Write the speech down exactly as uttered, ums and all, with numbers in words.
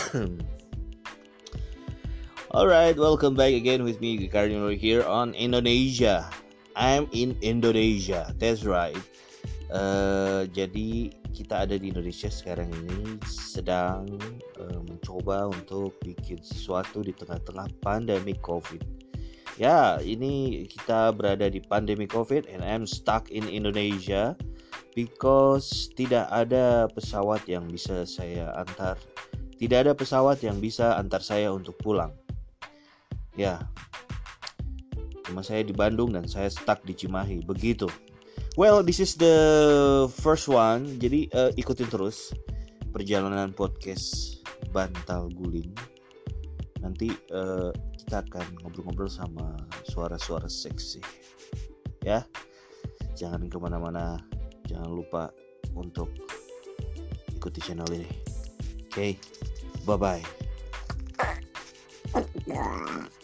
Alright, welcome back again with me, Cardinal here on Indonesia. I'm in Indonesia, that's right. Uh, jadi kita ada di Indonesia sekarang ini sedang uh, mencoba untuk bikin sesuatu di tengah-tengah pandemi COVID. Ya, ini kita berada di pandemi COVID and I'm stuck in Indonesia because tidak ada pesawat yang bisa saya antar. Tidak ada pesawat yang bisa antar saya untuk pulang. Ya, cuma saya di Bandung dan saya stuck di Cimahi, begitu. Well, this is the first one. Jadi uh, ikutin terus perjalanan podcast Bantal Guling. Nanti uh, kita akan ngobrol-ngobrol sama suara-suara seksi. Ya, jangan kemana-mana. Jangan lupa untuk ikuti channel ini. Oke, okay? Bye-bye.